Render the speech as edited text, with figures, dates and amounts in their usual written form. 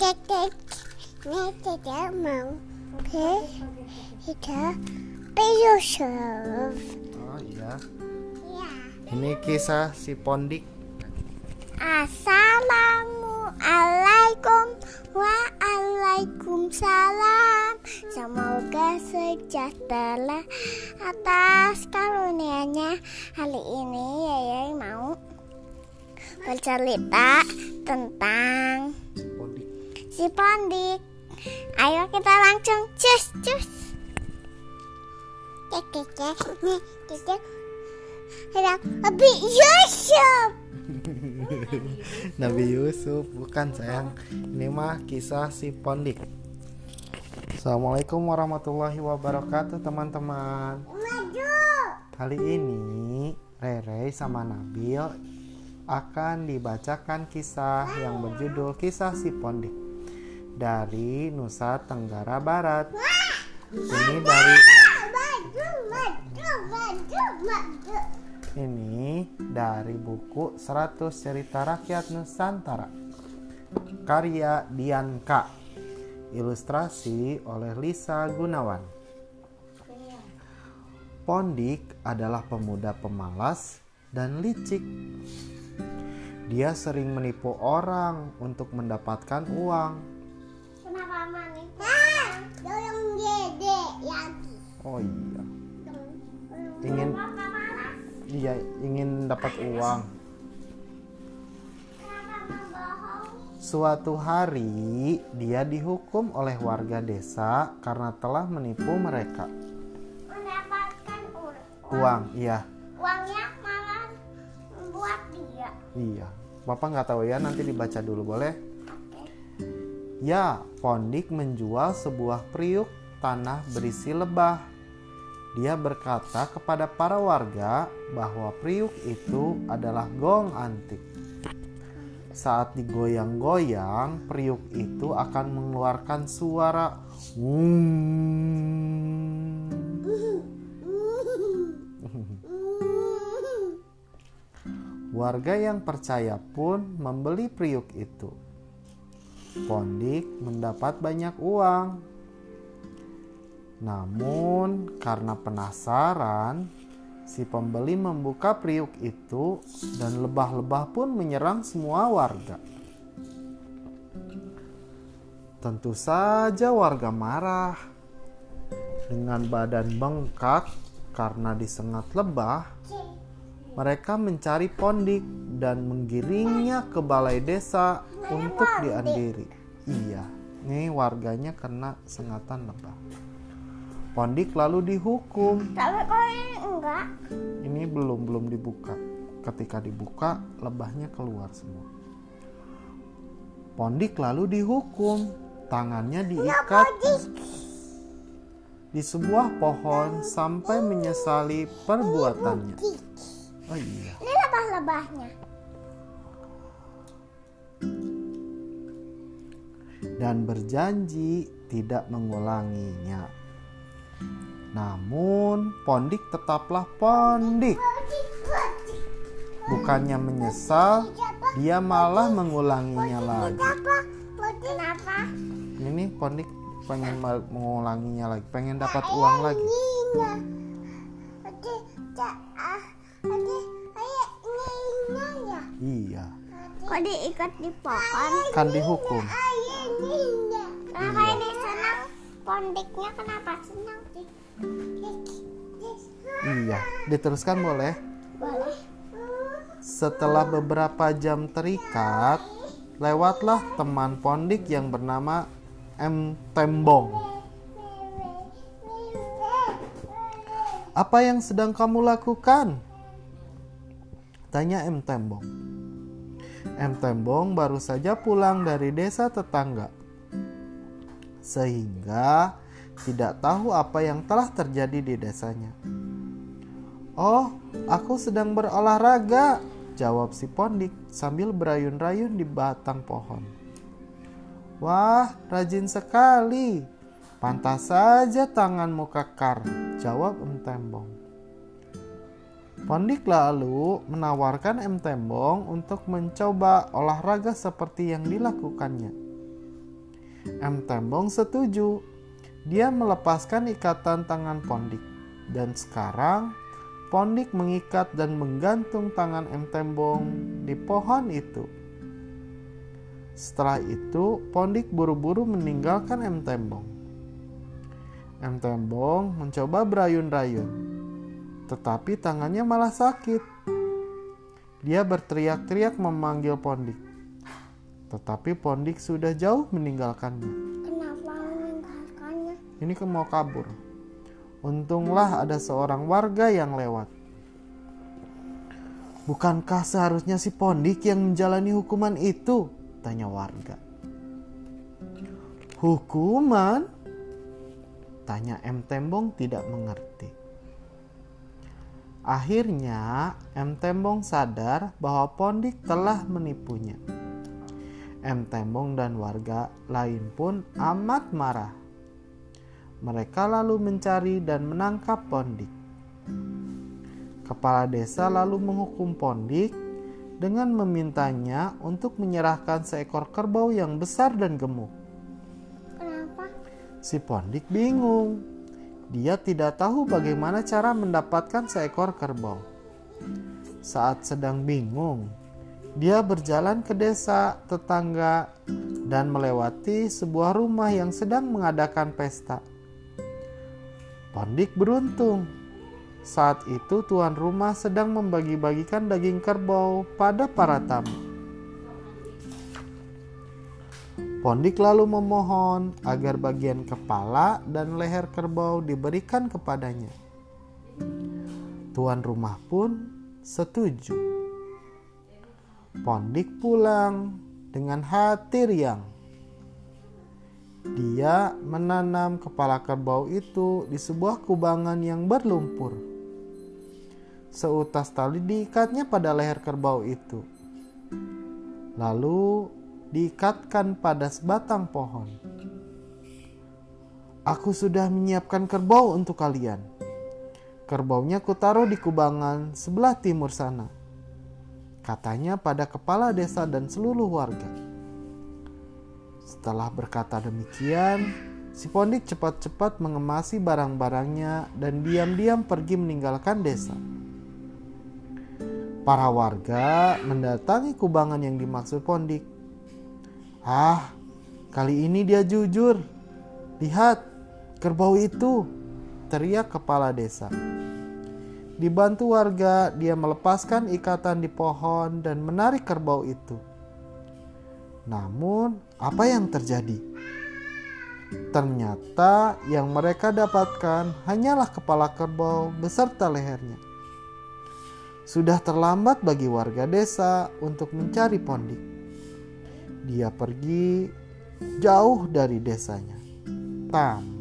Tidak mau kita Yusuf. Oh iya. Ya. Ini kisah si Pondik. Assalamualaikum waalaikumsalam. Semoga sejahtera atas karunia-Nya. Hari ini Yaya mau bercerita tentang si Pondik. Ayo kita langsung cus. Nabi Yusuf. Nabi Yusuf bukan sayang. Ini mah kisah si Pondik. Assalamualaikum warahmatullahi wabarakatuh teman-teman. Kali ini Rere sama Nabil akan dibacakan kisah yang berjudul Kisah si Pondik dari Nusa Tenggara Barat. Ini dari buku 100 Cerita Rakyat Nusantara karya Dianka, ilustrasi oleh Lisa Gunawan. Pondik adalah pemuda pemalas dan licik. Dia sering menipu orang untuk mendapatkan uang. Kenapa menipu? Dorong gede lagi. Oh iya. Ingin dapat uang. Suatu hari dia dihukum oleh warga desa karena telah menipu mereka. Mendapatkan Uang, iya. Uangnya malah membuat dia. Iya. Bapak nggak tahu ya, nanti dibaca dulu boleh? Ya, Pondik menjual sebuah periuk tanah berisi lebah. Dia berkata kepada para warga bahwa periuk itu adalah gong antik. Saat digoyang-goyang, periuk itu akan mengeluarkan suara Warga yang percaya pun membeli periuk itu. Pondik mendapat banyak uang. Namun karena penasaran, si pembeli membuka periuk itu dan lebah-lebah pun menyerang semua warga. Tentu saja warga marah. Dengan badan bengkak karena disengat lebah, mereka mencari Pondik dan menggiringnya ke balai desa untuk diadili. Iya, ini warganya kena sengatan lebah. Pondik lalu dihukum. Tapi kok ini enggak? Ini belum dibuka. Ketika dibuka, lebahnya keluar semua. Pondik lalu dihukum. Tangannya diikat di sebuah pohon sampai menyesali perbuatannya. Oh iya. Ini lebah-lebahnya. Dan berjanji tidak mengulanginya. Namun Pondik tetaplah Pondik. Bukannya menyesal, dia malah mengulanginya lagi. Kenapa? Ini Pondik pengen mengulanginya lagi, pengen dapat uang lagi. Iya. Kok diikat di pohon? Kan dihukum. Kenapa ini senang? Pondiknya kenapa senang? Iya, diteruskan boleh? Boleh. Setelah beberapa jam terikat, lewatlah teman Pondik yang bernama M. Tembong. Apa yang sedang kamu lakukan? Tanya M. Tembong. M. Tembong baru saja pulang dari desa tetangga, sehingga tidak tahu apa yang telah terjadi di desanya. Oh, aku sedang berolahraga, jawab si Pondik sambil berayun-rayun di batang pohon. Wah, rajin sekali. Pantas saja tanganmu kekar, jawab M. Tembong. Pondik lalu menawarkan M. Tembong untuk mencoba olahraga seperti yang dilakukannya. M. Tembong setuju. Dia melepaskan ikatan tangan Pondik. Dan sekarang Pondik mengikat dan menggantung tangan M. Tembong di pohon itu. Setelah itu, Pondik buru-buru meninggalkan M. Tembong. M. Tembong mencoba berayun-rayun, tetapi tangannya malah sakit. Dia berteriak-teriak memanggil Pondik, tetapi Pondik sudah jauh meninggalkannya. Kenapa meninggalkannya? Ini mau kabur. Untunglah ada seorang warga yang lewat. Bukankah seharusnya si Pondik yang menjalani hukuman itu? Tanya warga. Hukuman? Tanya M. Tembong tidak mengerti. Akhirnya M. Tembong sadar bahwa Pondik telah menipunya. M. Tembong dan warga lain pun amat marah. Mereka lalu mencari dan menangkap Pondik. Kepala desa lalu menghukum Pondik dengan memintanya untuk menyerahkan seekor kerbau yang besar dan gemuk. Kenapa? Si Pondik bingung. Dia tidak tahu bagaimana cara mendapatkan seekor kerbau. Saat sedang bingung, dia berjalan ke desa tetangga dan melewati sebuah rumah yang sedang mengadakan pesta. Pondik beruntung. Saat itu tuan rumah sedang membagi-bagikan daging kerbau pada para tamu. Pondik lalu memohon agar bagian kepala dan leher kerbau diberikan kepadanya. Tuan rumah pun setuju. Pondik pulang dengan hati riang. Dia menanam kepala kerbau itu di sebuah kubangan yang berlumpur. Seutas tali diikatnya pada leher kerbau itu. Lalu diikatkan pada sebatang pohon. Aku sudah menyiapkan kerbau untuk kalian. Kerbaunya kutaruh di kubangan sebelah timur sana, katanya pada kepala desa dan seluruh warga. Setelah berkata demikian, si Pondik cepat-cepat mengemasi barang-barangnya dan diam-diam pergi meninggalkan desa. Para warga mendatangi kubangan yang dimaksud Pondik. Kali ini dia jujur. Lihat, kerbau itu, teriak kepala desa. Dibantu warga, dia melepaskan ikatan di pohon dan menarik kerbau itu. Namun, apa yang terjadi? Ternyata yang mereka dapatkan hanyalah kepala kerbau beserta lehernya. Sudah terlambat bagi warga desa untuk mencari Pondik. Dia pergi jauh dari desanya. Tamat.